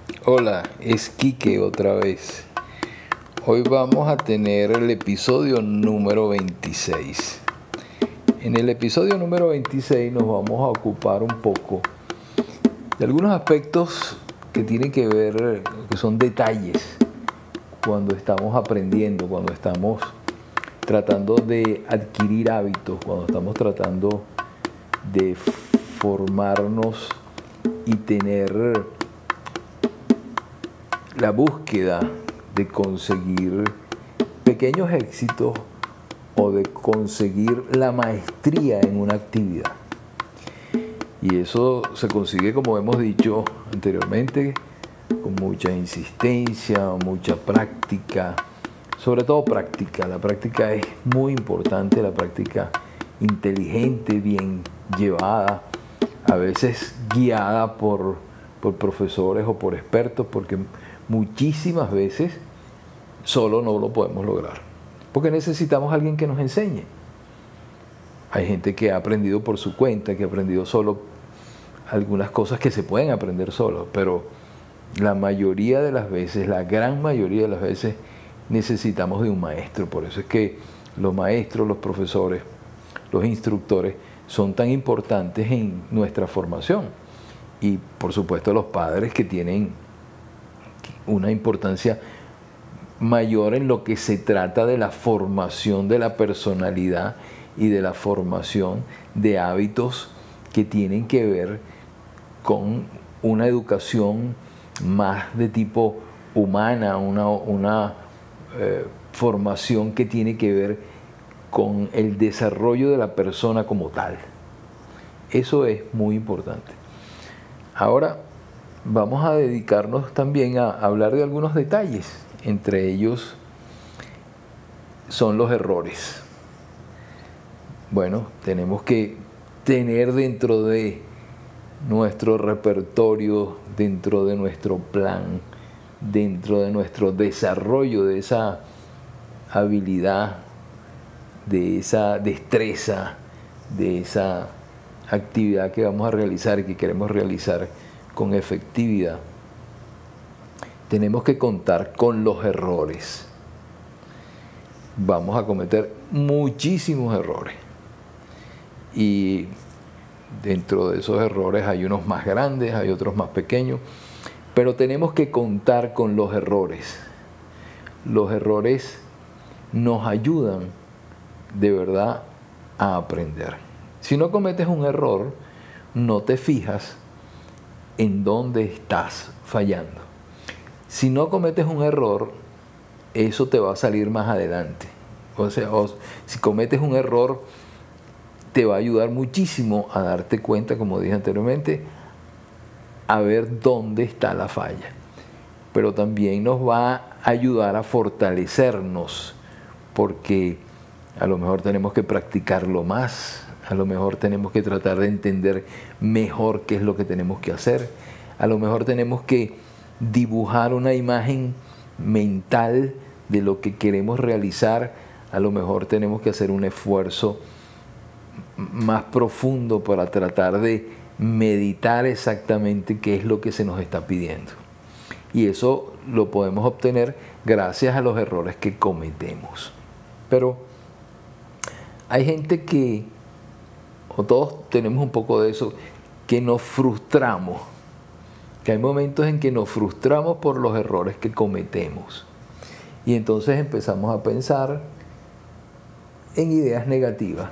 Hola, es Quique otra vez. Hoy vamos a tener el episodio número 26. En el episodio número 26 nos vamos a ocupar un poco de algunos aspectos que tienen que ver, que son detalles cuando estamos aprendiendo, cuando estamos tratando de adquirir hábitos, cuando estamos tratando de formarnos y tener la búsqueda de conseguir pequeños éxitos o de conseguir la maestría en una actividad. Y eso se consigue, como hemos dicho anteriormente, con mucha insistencia, mucha práctica, sobre todo práctica. La práctica es muy importante, la práctica inteligente, bien llevada, a veces guiada por profesores o por expertos, porque muchísimas veces solo no lo podemos lograr, porque necesitamos a alguien que nos enseñe. Hay gente que ha aprendido por su cuenta, que ha aprendido solo algunas cosas que se pueden aprender solo, pero la mayoría de las veces, la gran mayoría de las veces, necesitamos de un maestro. Por eso es que los maestros, los profesores, los instructores son tan importantes en nuestra formación. Y por supuesto los padres, que tienen una importancia mayor en lo que se trata de la formación de la personalidad y de la formación de hábitos que tienen que ver con una educación más de tipo humana, una formación que tiene que ver con el desarrollo de la persona como tal. Eso es muy importante. Ahora vamos a dedicarnos también a hablar de algunos detalles. Entre ellos son los errores. Bueno, tenemos que tener dentro de nuestro repertorio, dentro de nuestro plan, dentro de nuestro desarrollo de esa habilidad, de esa destreza, de esa actividad que vamos a realizar y que queremos realizar con efectividad. Tenemos que contar con los errores. Vamos a cometer muchísimos errores. Y dentro de esos errores hay unos más grandes, hay otros más pequeños, pero tenemos que contar con los errores. Los errores nos ayudan de verdad a aprender. Si no cometes un error, no te fijas en dónde estás fallando. Si no cometes un error, eso te va a salir más adelante. O sea, si cometes un error, te va a ayudar muchísimo a darte cuenta, como dije anteriormente, a ver dónde está la falla. Pero también nos va a ayudar a fortalecernos, porque a lo mejor tenemos que practicarlo más, a lo mejor tenemos que tratar de entender mejor qué es lo que tenemos que hacer, a lo mejor tenemos que dibujar una imagen mental de lo que queremos realizar, a lo mejor tenemos que hacer un esfuerzo más profundo para tratar de meditar exactamente qué es lo que se nos está pidiendo. Y eso lo podemos obtener gracias a los errores que cometemos. Pero hay gente que, o todos tenemos un poco de eso, que nos frustramos, que hay momentos en que nos frustramos por los errores que cometemos. Y entonces empezamos a pensar en ideas negativas.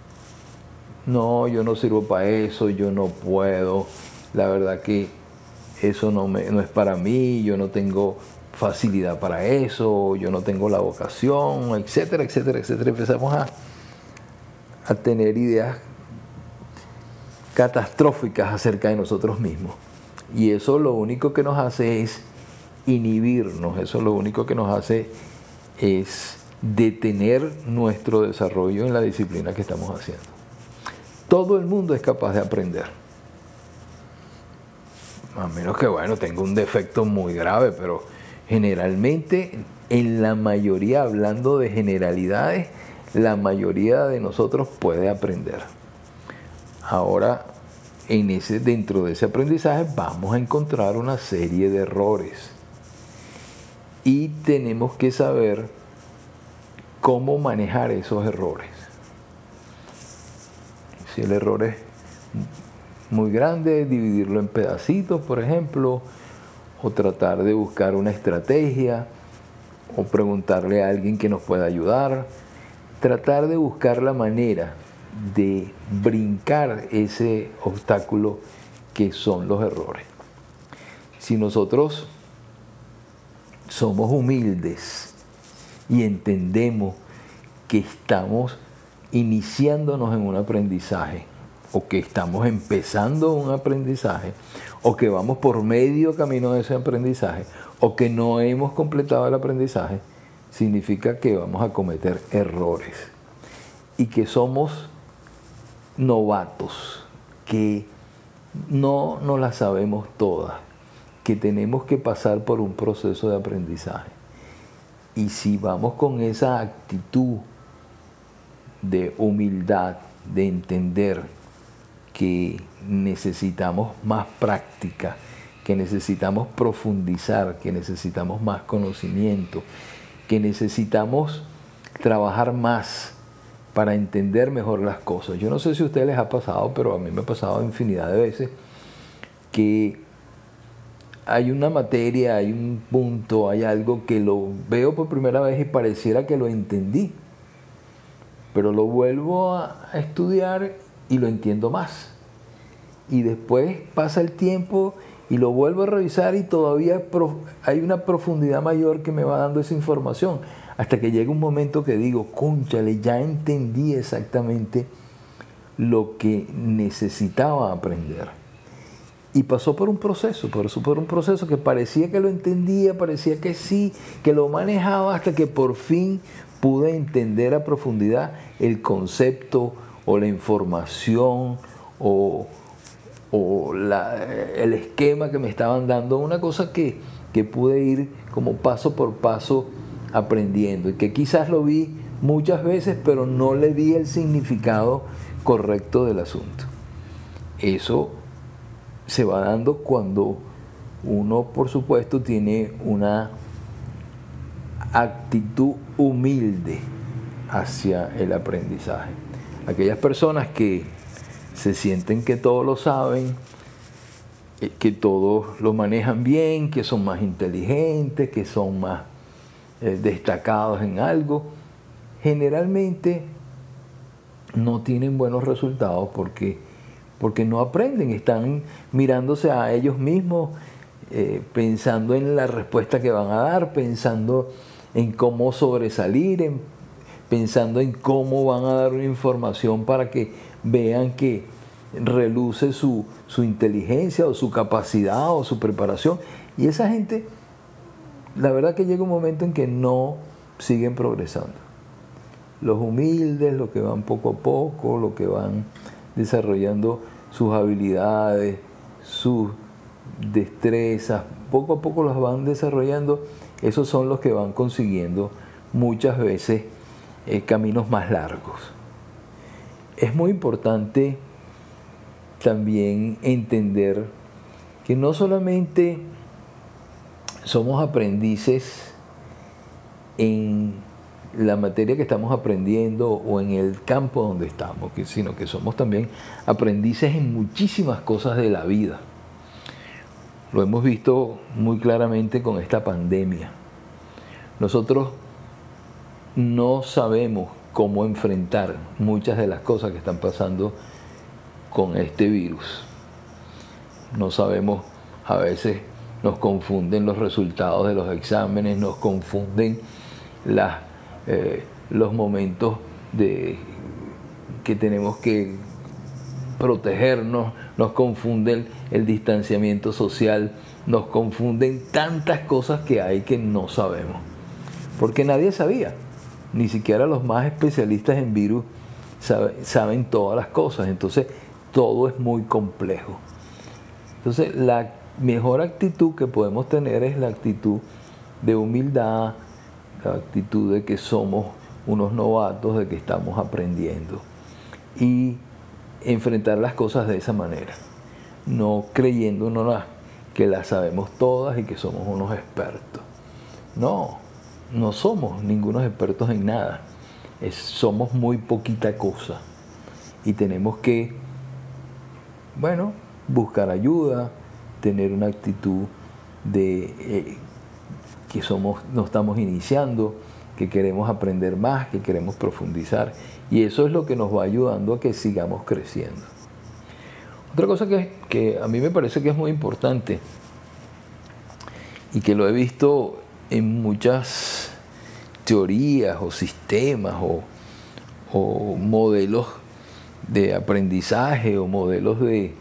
No, yo no sirvo para eso, yo no puedo, la verdad que eso no es para mí, yo no tengo facilidad para eso, yo no tengo la vocación, etcétera, etcétera, etcétera. Empezamos a tener ideas catastróficas acerca de nosotros mismos. Y eso lo único que nos hace es inhibirnos, eso lo único que nos hace es detener nuestro desarrollo en la disciplina que estamos haciendo. Todo el mundo es capaz de aprender. A menos que, bueno, tenga un defecto muy grave, pero generalmente, en la mayoría, hablando de generalidades, la mayoría de nosotros puede aprender. Ahora, dentro de ese aprendizaje vamos a encontrar una serie de errores. Y tenemos que saber cómo manejar esos errores. Si el error es muy grande, dividirlo en pedacitos, por ejemplo, o tratar de buscar una estrategia, o preguntarle a alguien que nos pueda ayudar, tratar de buscar la manera de brincar ese obstáculo que son los errores. Si nosotros somos humildes y entendemos que estamos iniciándonos en un aprendizaje, o que estamos empezando un aprendizaje, o que vamos por medio camino de ese aprendizaje, o que no hemos completado el aprendizaje, significa que vamos a cometer errores y que somos novatos, que no nos las sabemos todas, que tenemos que pasar por un proceso de aprendizaje. Y si vamos con esa actitud de humildad, de entender que necesitamos más práctica, que necesitamos profundizar, que necesitamos más conocimiento, que necesitamos trabajar más para entender mejor las cosas. Yo no sé si a ustedes les ha pasado, pero a mí me ha pasado infinidad de veces que hay una materia, hay un punto, hay algo que lo veo por primera vez y pareciera que lo entendí, pero lo vuelvo a estudiar y lo entiendo más. Y después pasa el tiempo y lo vuelvo a revisar y todavía hay una profundidad mayor que me va dando esa información, hasta que llega un momento que digo, cónchale, ya entendí exactamente lo que necesitaba aprender. Y pasó por un proceso que parecía que lo entendía, parecía que sí, que lo manejaba, hasta que por fin pude entender a profundidad el concepto o la información o el esquema que me estaban dando, una cosa que pude ir como paso por paso aprendiendo, y que quizás lo vi muchas veces, pero no le di el significado correcto del asunto. Eso se va dando cuando uno, por supuesto, tiene una actitud humilde hacia el aprendizaje. Aquellas personas que se sienten que todo lo saben, que todo lo manejan bien, que son más inteligentes, que son más destacados en algo, generalmente no tienen buenos resultados porque no aprenden, están mirándose a ellos mismos, pensando en la respuesta que van a dar, pensando en cómo sobresalir, pensando en cómo van a dar una información para que vean que reluce su inteligencia o su capacidad o su preparación. Y esa gente, la verdad que llega un momento en que no siguen progresando. Los humildes, los que van poco a poco, los que van desarrollando sus habilidades, sus destrezas, poco a poco las van desarrollando, esos son los que van consiguiendo muchas veces caminos más largos. Es muy importante también entender que no solamente somos aprendices en la materia que estamos aprendiendo o en el campo donde estamos, sino que somos también aprendices en muchísimas cosas de la vida. Lo hemos visto muy claramente con esta pandemia. Nosotros no sabemos cómo enfrentar muchas de las cosas que están pasando con este virus. No sabemos, a veces nos confunden los resultados de los exámenes, nos confunden los momentos que tenemos que protegernos, nos confunden el distanciamiento social, nos confunden tantas cosas que hay que no sabemos. Porque nadie sabía, ni siquiera los más especialistas en virus saben todas las cosas, entonces todo es muy complejo. Entonces la mejor actitud que podemos tener es la actitud de humildad, la actitud de que somos unos novatos, de que estamos aprendiendo, y enfrentar las cosas de esa manera. no creyéndonos que las sabemos todas y que somos unos expertos. No, no somos ningunos expertos en nada. Somos muy poquita cosa. Y tenemos que, bueno, buscar ayuda, tener una actitud de que no estamos iniciando, que queremos aprender más, que queremos profundizar. Y eso es lo que nos va ayudando a que sigamos creciendo. Otra cosa que a mí me parece que es muy importante y que lo he visto en muchas teorías o sistemas o modelos de aprendizaje o modelos de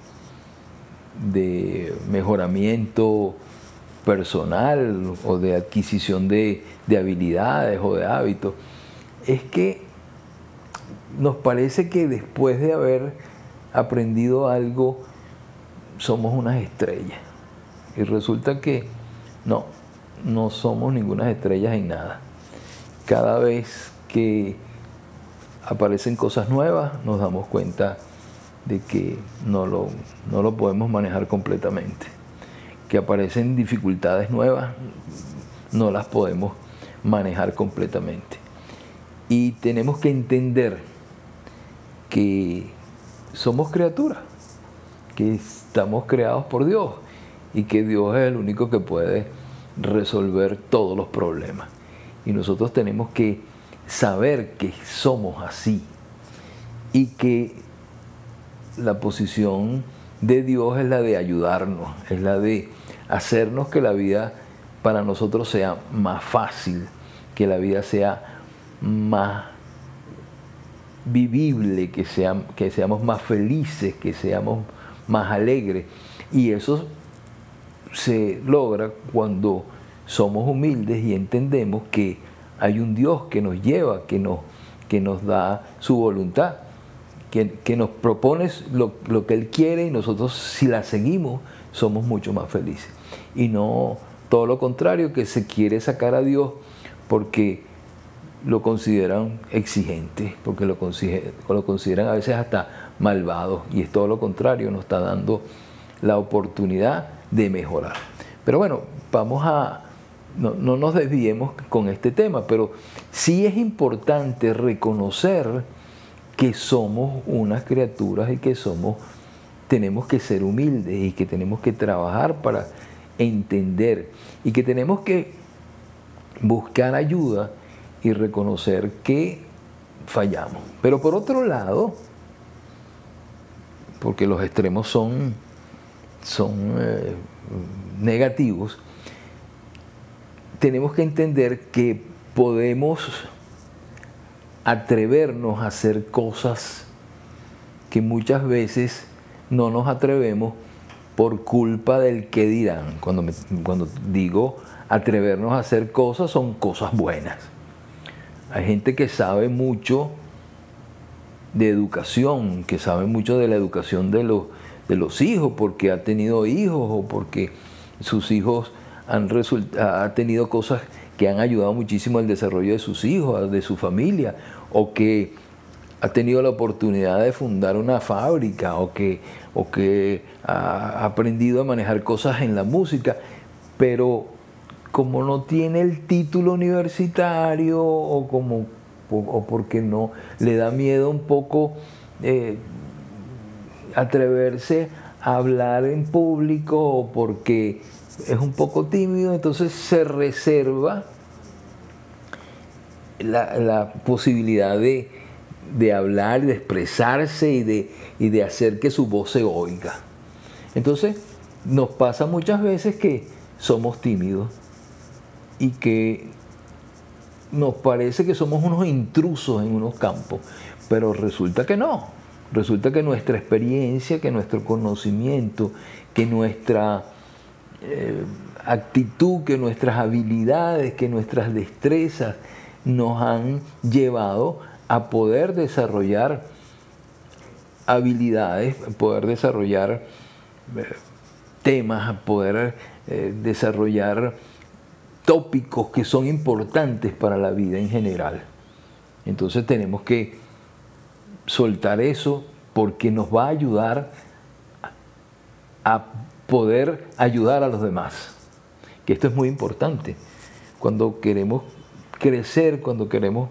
mejoramiento personal o de adquisición de habilidades o de hábitos, es que nos parece que después de haber aprendido algo somos unas estrellas, y resulta que no somos ninguna estrellas en nada. Cada vez que aparecen cosas nuevas nos damos cuenta de que no lo podemos manejar completamente, que aparecen dificultades nuevas, no las podemos manejar completamente. Y tenemos que entender que somos criaturas, que estamos creados por Dios y que Dios es el único que puede resolver todos los problemas. Y nosotros tenemos que saber que somos así y que la posición de Dios es la de ayudarnos, es la de hacernos que la vida para nosotros sea más fácil, que la vida sea más vivible, que seamos más felices, que seamos más alegres. Y eso se logra cuando somos humildes y entendemos que hay un Dios que nos lleva, que nos da su voluntad, que nos propone lo que Él quiere, y nosotros, si la seguimos, somos mucho más felices. Y no todo lo contrario, que se quiere sacar a Dios porque lo consideran exigente, porque lo consideran a veces hasta malvado, y es todo lo contrario, nos está dando la oportunidad de mejorar. Pero bueno, no nos desviemos con este tema, pero sí es importante reconocer que somos unas criaturas y que tenemos que ser humildes y que tenemos que trabajar para entender y que tenemos que buscar ayuda y reconocer que fallamos. Pero por otro lado, porque los extremos son negativos, tenemos que entender que podemos atrevernos a hacer cosas que muchas veces no nos atrevemos por culpa del qué dirán. Cuando digo atrevernos a hacer cosas, son cosas buenas. Hay gente que sabe mucho de educación, que sabe mucho de la educación de los hijos, porque ha tenido hijos o porque sus hijos han tenido cosas que han ayudado muchísimo al desarrollo de sus hijos, de su familia, o que ha tenido la oportunidad de fundar una fábrica, o que ha aprendido a manejar cosas en la música, pero como no tiene el título universitario, o porque no le da miedo un poco atreverse a hablar en público, o porque es un poco tímido, entonces se reserva la posibilidad de hablar, de expresarse y de hacer que su voz se oiga. Entonces nos pasa muchas veces que somos tímidos y que nos parece que somos unos intrusos en unos campos, pero resulta que no. Resulta que nuestra experiencia, que nuestro conocimiento, que nuestra actitud, que nuestras habilidades, que nuestras destrezas nos han llevado a poder desarrollar habilidades, a poder desarrollar temas, a poder desarrollar tópicos que son importantes para la vida en general. Entonces tenemos que soltar eso, porque nos va a ayudar a poder ayudar a los demás. Que esto es muy importante. Cuando queremos crecer, cuando queremos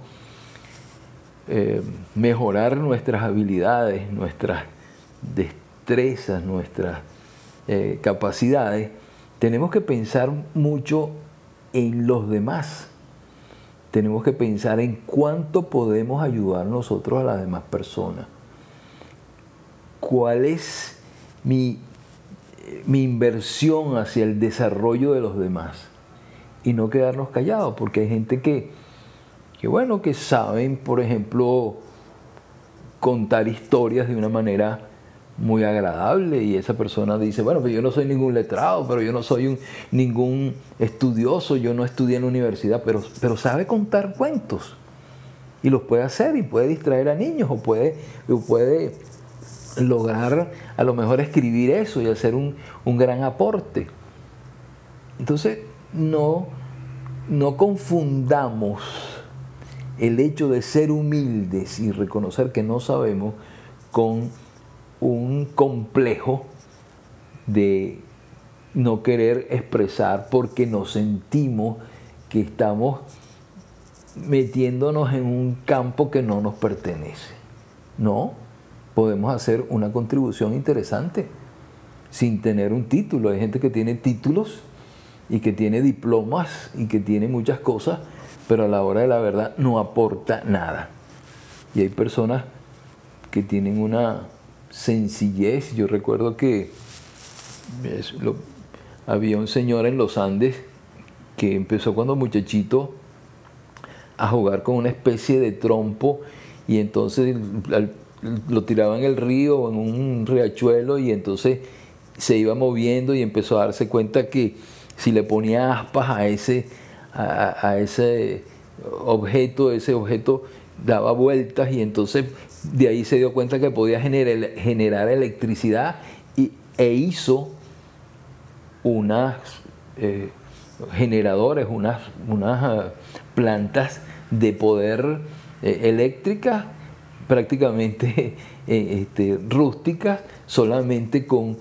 mejorar nuestras habilidades, nuestras destrezas, nuestras capacidades, tenemos que pensar mucho en los demás. Tenemos que pensar en cuánto podemos ayudar nosotros a las demás personas. ¿Cuál es mi inversión hacia el desarrollo de los demás? Y no quedarnos callados, porque hay gente que saben, por ejemplo, contar historias de una manera muy agradable, y esa persona dice, bueno, pues yo no soy ningún letrado, pero yo no soy ningún estudioso, yo no estudié en la universidad, pero sabe contar cuentos, y los puede hacer, y puede distraer a niños, o puede lograr a lo mejor escribir eso y hacer un gran aporte. Entonces, no confundamos el hecho de ser humildes y reconocer que no sabemos con un complejo de no querer expresar porque nos sentimos que estamos metiéndonos en un campo que no nos pertenece. No, podemos hacer una contribución interesante sin tener un título. Hay gente que tiene títulos y que tiene diplomas y que tiene muchas cosas, pero a la hora de la verdad no aporta nada. Y hay personas que tienen una sencillez. Yo recuerdo que había un señor en los Andes que empezó cuando muchachito a jugar con una especie de trompo, y entonces lo tiraba en el río o en un riachuelo, y entonces se iba moviendo, y empezó a darse cuenta que si le ponía aspas a ese objeto, ese objeto daba vueltas, y entonces de ahí se dio cuenta que podía generar electricidad, e hizo unas generadores, unas plantas de poder eléctricas prácticamente rústicas, solamente con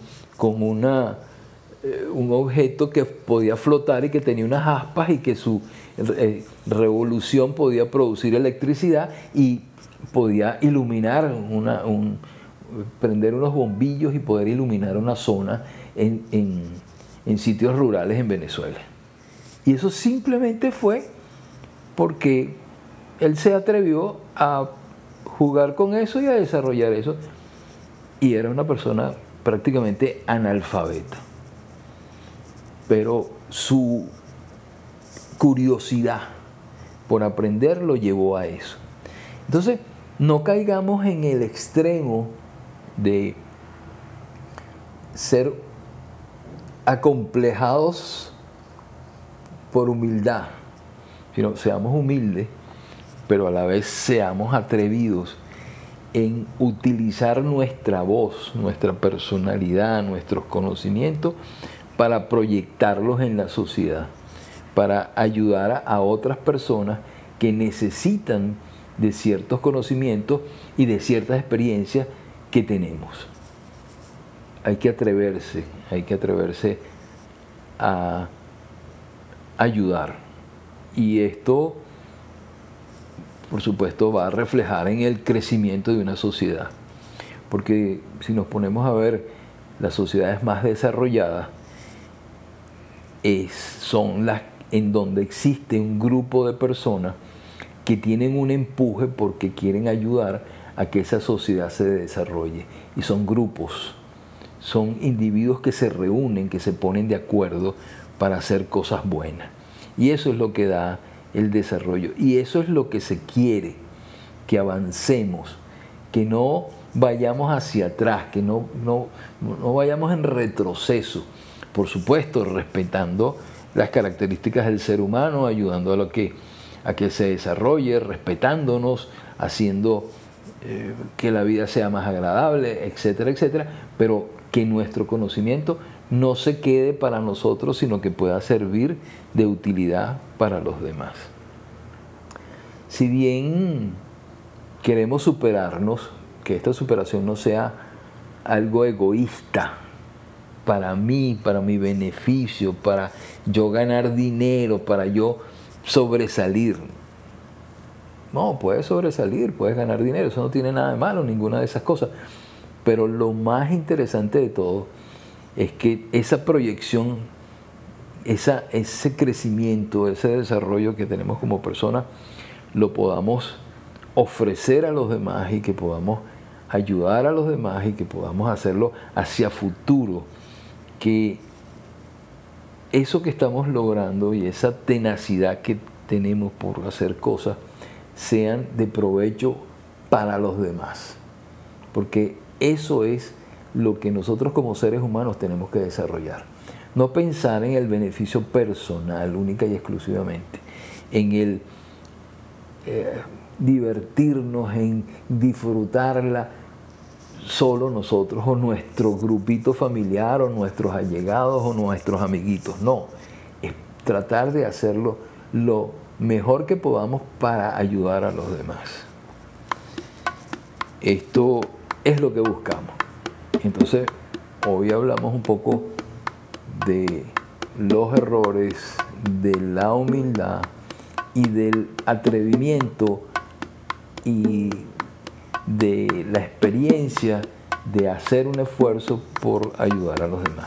un objeto que podía flotar y que tenía unas aspas, y que su revolución podía producir electricidad y podía iluminar prender unos bombillos y poder iluminar una zona en sitios rurales en Venezuela. Y eso simplemente fue porque él se atrevió a jugar con eso y a desarrollar eso, y era una persona prácticamente analfabeta, pero su curiosidad por aprender lo llevó a eso. Entonces, no caigamos en el extremo de ser acomplejados por humildad, sino seamos humildes, pero a la vez seamos atrevidos en utilizar nuestra voz, nuestra personalidad, nuestros conocimientos para proyectarlos en la sociedad, para ayudar a otras personas que necesitan de ciertos conocimientos y de ciertas experiencias que tenemos. Hay que atreverse a ayudar. Y esto, por supuesto, va a reflejar en el crecimiento de una sociedad. Porque si nos ponemos a ver las sociedades más desarrolladas, son las en donde existe un grupo de personas que tienen un empuje porque quieren ayudar a que esa sociedad se desarrolle. Y son grupos, son individuos que se reúnen, que se ponen de acuerdo para hacer cosas buenas. Y eso es lo que da el desarrollo. Y eso es lo que se quiere, que avancemos, que no vayamos hacia atrás, que no vayamos en retroceso. Por supuesto, respetando las características del ser humano, ayudando a que se desarrolle, respetándonos, haciendo que la vida sea más agradable, etcétera, etcétera, pero que nuestro conocimiento no se quede para nosotros, sino que pueda servir de utilidad para los demás. Si bien queremos superarnos, que esta superación no sea algo egoísta, para mí, para mi beneficio, para yo ganar dinero, para yo sobresalir. No, puedes sobresalir, puedes ganar dinero, eso no tiene nada de malo, ninguna de esas cosas. Pero lo más interesante de todo es que esa proyección, ese crecimiento, ese desarrollo que tenemos como personas, lo podamos ofrecer a los demás y que podamos ayudar a los demás y que podamos hacerlo hacia futuro. Que eso que estamos logrando y esa tenacidad que tenemos por hacer cosas sean de provecho para los demás. Porque eso es lo que nosotros como seres humanos tenemos que desarrollar. No pensar en el beneficio personal única y exclusivamente, en el divertirnos, en disfrutarla solo nosotros o nuestro grupito familiar o nuestros allegados o nuestros amiguitos. No, es tratar de hacerlo lo mejor que podamos para ayudar a los demás. Esto es lo que buscamos. Entonces, hoy hablamos un poco de los errores, de la humildad y del atrevimiento y de la experiencia de hacer un esfuerzo por ayudar a los demás.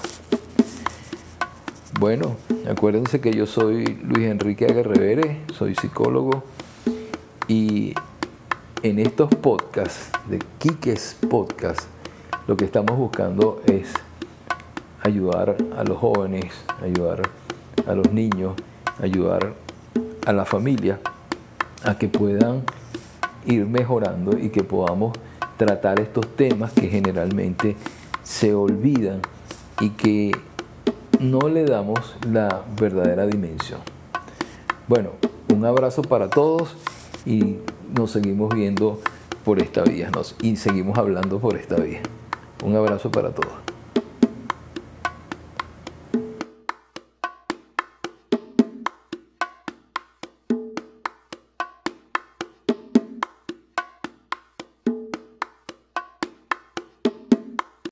Bueno, acuérdense que yo soy Luis Enrique Aguerrevere, soy psicólogo, y en estos podcasts de Quiques Podcast lo que estamos buscando es ayudar a los jóvenes, ayudar a los niños, ayudar a la familia a que puedan ir mejorando y que podamos tratar estos temas que generalmente se olvidan y que no le damos la verdadera dimensión. Bueno, un abrazo para todos y nos seguimos viendo por esta vía y seguimos hablando por esta vía. Un abrazo para todos.